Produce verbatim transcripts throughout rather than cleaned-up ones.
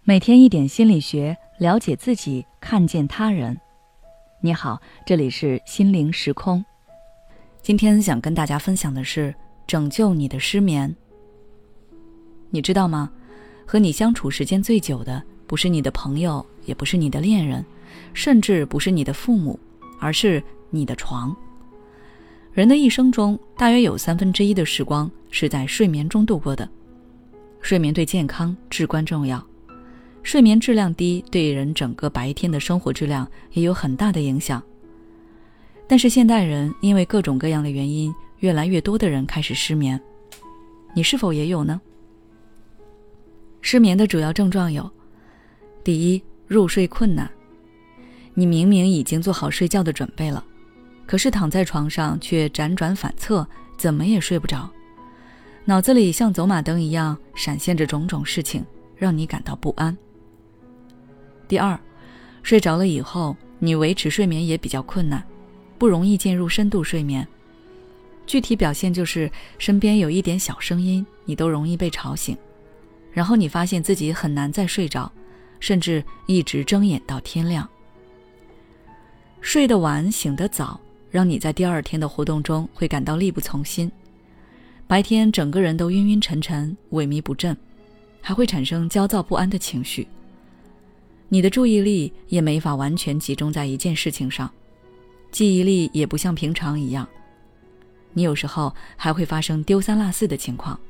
每天一点心理学，了解自己，看见他人。你好，这里是心灵时空。今天想跟大家分享的是拯救你的失眠。你知道吗？和你相处时间最久的不是你的朋友，也不是你的恋人，甚至不是你的父母，而是你的床。人的一生中，大约有三分之一的时光是在睡眠中度过的。睡眠对健康至关重要，睡眠质量低，对人整个白天的生活质量也有很大的影响。但是现代人因为各种各样的原因，越来越多的人开始失眠。你是否也有呢？失眠的主要症状有：第一，入睡困难。你明明已经做好睡觉的准备了，可是躺在床上却辗转反侧，怎么也睡不着。脑子里像走马灯一样闪现着种种事情，让你感到不安。第二，睡着了以后，你维持睡眠也比较困难，不容易进入深度睡眠。具体表现就是身边有一点小声音，你都容易被吵醒，然后你发现自己很难再睡着，甚至一直睁眼到天亮。睡得晚，醒得早，让你在第二天的活动中会感到力不从心，白天整个人都晕晕沉沉，萎靡不振，还会产生焦躁不安的情绪。你的注意力也没法完全集中在一件事情上，记忆力也不像平常一样，你有时候还会发生丢三落四的情况。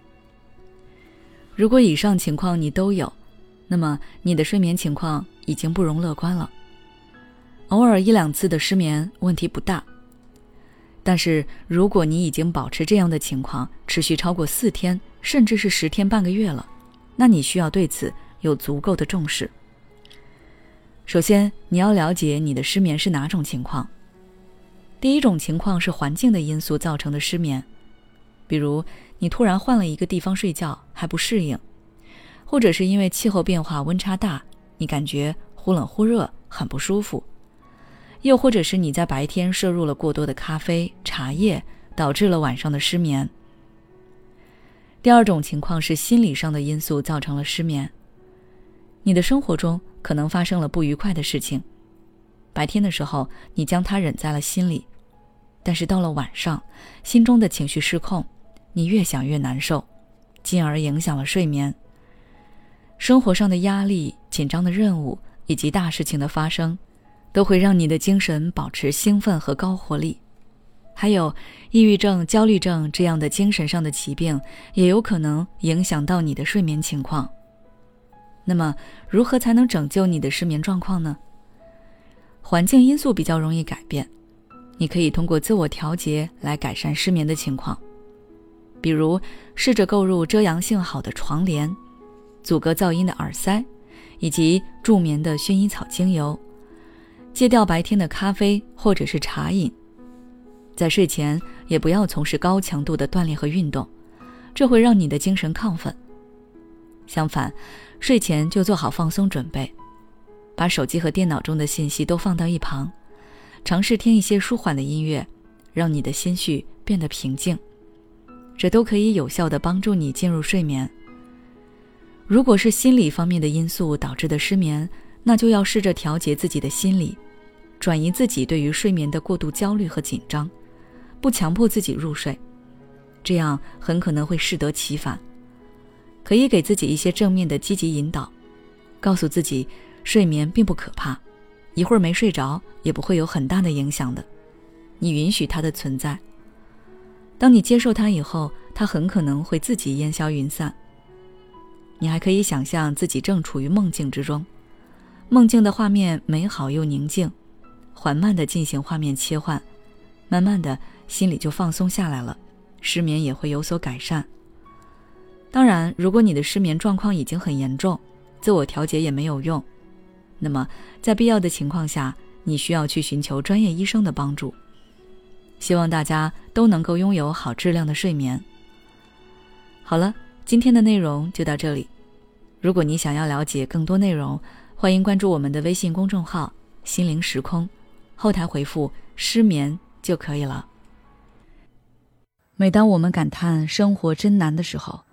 如果以上情况你都有，那么你的睡眠情况已经不容乐观了。偶尔一两次的失眠问题不大，但是如果你已经保持这样的情况持续超过四天，甚至是十天半个月了，那你需要对此有足够的重视。首先，你要了解你的失眠是哪种情况。第一种情况是环境的因素造成的失眠，比如你突然换了一个地方睡觉还不适应，或者是因为气候变化温差大，你感觉忽冷忽热很不舒服，又或者是你在白天摄入了过多的咖啡、茶叶，导致了晚上的失眠。第二种情况是心理上的因素造成了失眠。你的生活中可能发生了不愉快的事情，白天的时候你将它忍在了心里，但是到了晚上，心中的情绪失控，你越想越难受，进而影响了睡眠。生活上的压力、紧张的任务以及大事情的发生，都会让你的精神保持兴奋和高活力。还有抑郁症、焦虑症这样的精神上的疾病，也有可能影响到你的睡眠情况。那么如何才能拯救你的失眠状况呢？环境因素比较容易改变，你可以通过自我调节来改善失眠的情况。比如试着购入遮阳性好的床帘、阻隔噪音的耳塞，以及助眠的薰衣草精油，戒掉白天的咖啡或者是茶饮。在睡前也不要从事高强度的锻炼和运动，这会让你的精神亢奋。相反，睡前就做好放松准备，把手机和电脑中的信息都放到一旁，尝试听一些舒缓的音乐，让你的心绪变得平静，这都可以有效地帮助你进入睡眠。如果是心理方面的因素导致的失眠，那就要试着调节自己的心理，转移自己对于睡眠的过度焦虑和紧张，不强迫自己入睡，这样很可能会适得其反。可以给自己一些正面的积极引导，告诉自己睡眠并不可怕，一会儿没睡着也不会有很大的影响的，你允许它的存在。当你接受它以后，它很可能会自己烟消云散。你还可以想象自己正处于梦境之中，梦境的画面美好又宁静，缓慢地进行画面切换，慢慢的心里就放松下来了，失眠也会有所改善。当然，如果你的失眠状况已经很严重，自我调节也没有用，那么在必要的情况下，你需要去寻求专业医生的帮助。希望大家都能够拥有好质量的睡眠。好了，今天的内容就到这里。如果你想要了解更多内容，欢迎关注我们的微信公众号心灵时空，后台回复失眠就可以了。每当我们感叹生活真难的时候，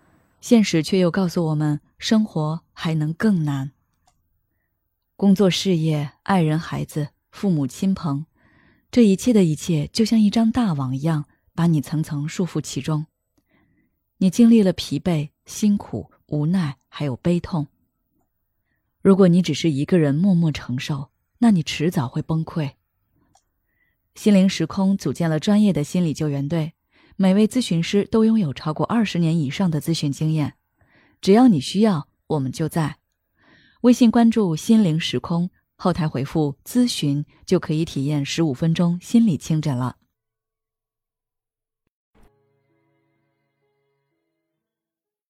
现实却又告诉我们，生活还能更难。工作、事业、爱人、孩子、父母亲朋，这一切的一切就像一张大网一样，把你层层束缚其中。你经历了疲惫、辛苦、无奈，还有悲痛。如果你只是一个人默默承受，那你迟早会崩溃。心灵时空组建了专业的心理救援队，每位咨询师都拥有超过二十年以上的咨询经验。只要你需要，我们就在。微信关注心灵时空，后台回复咨询就可以体验十五分钟心理清诊了。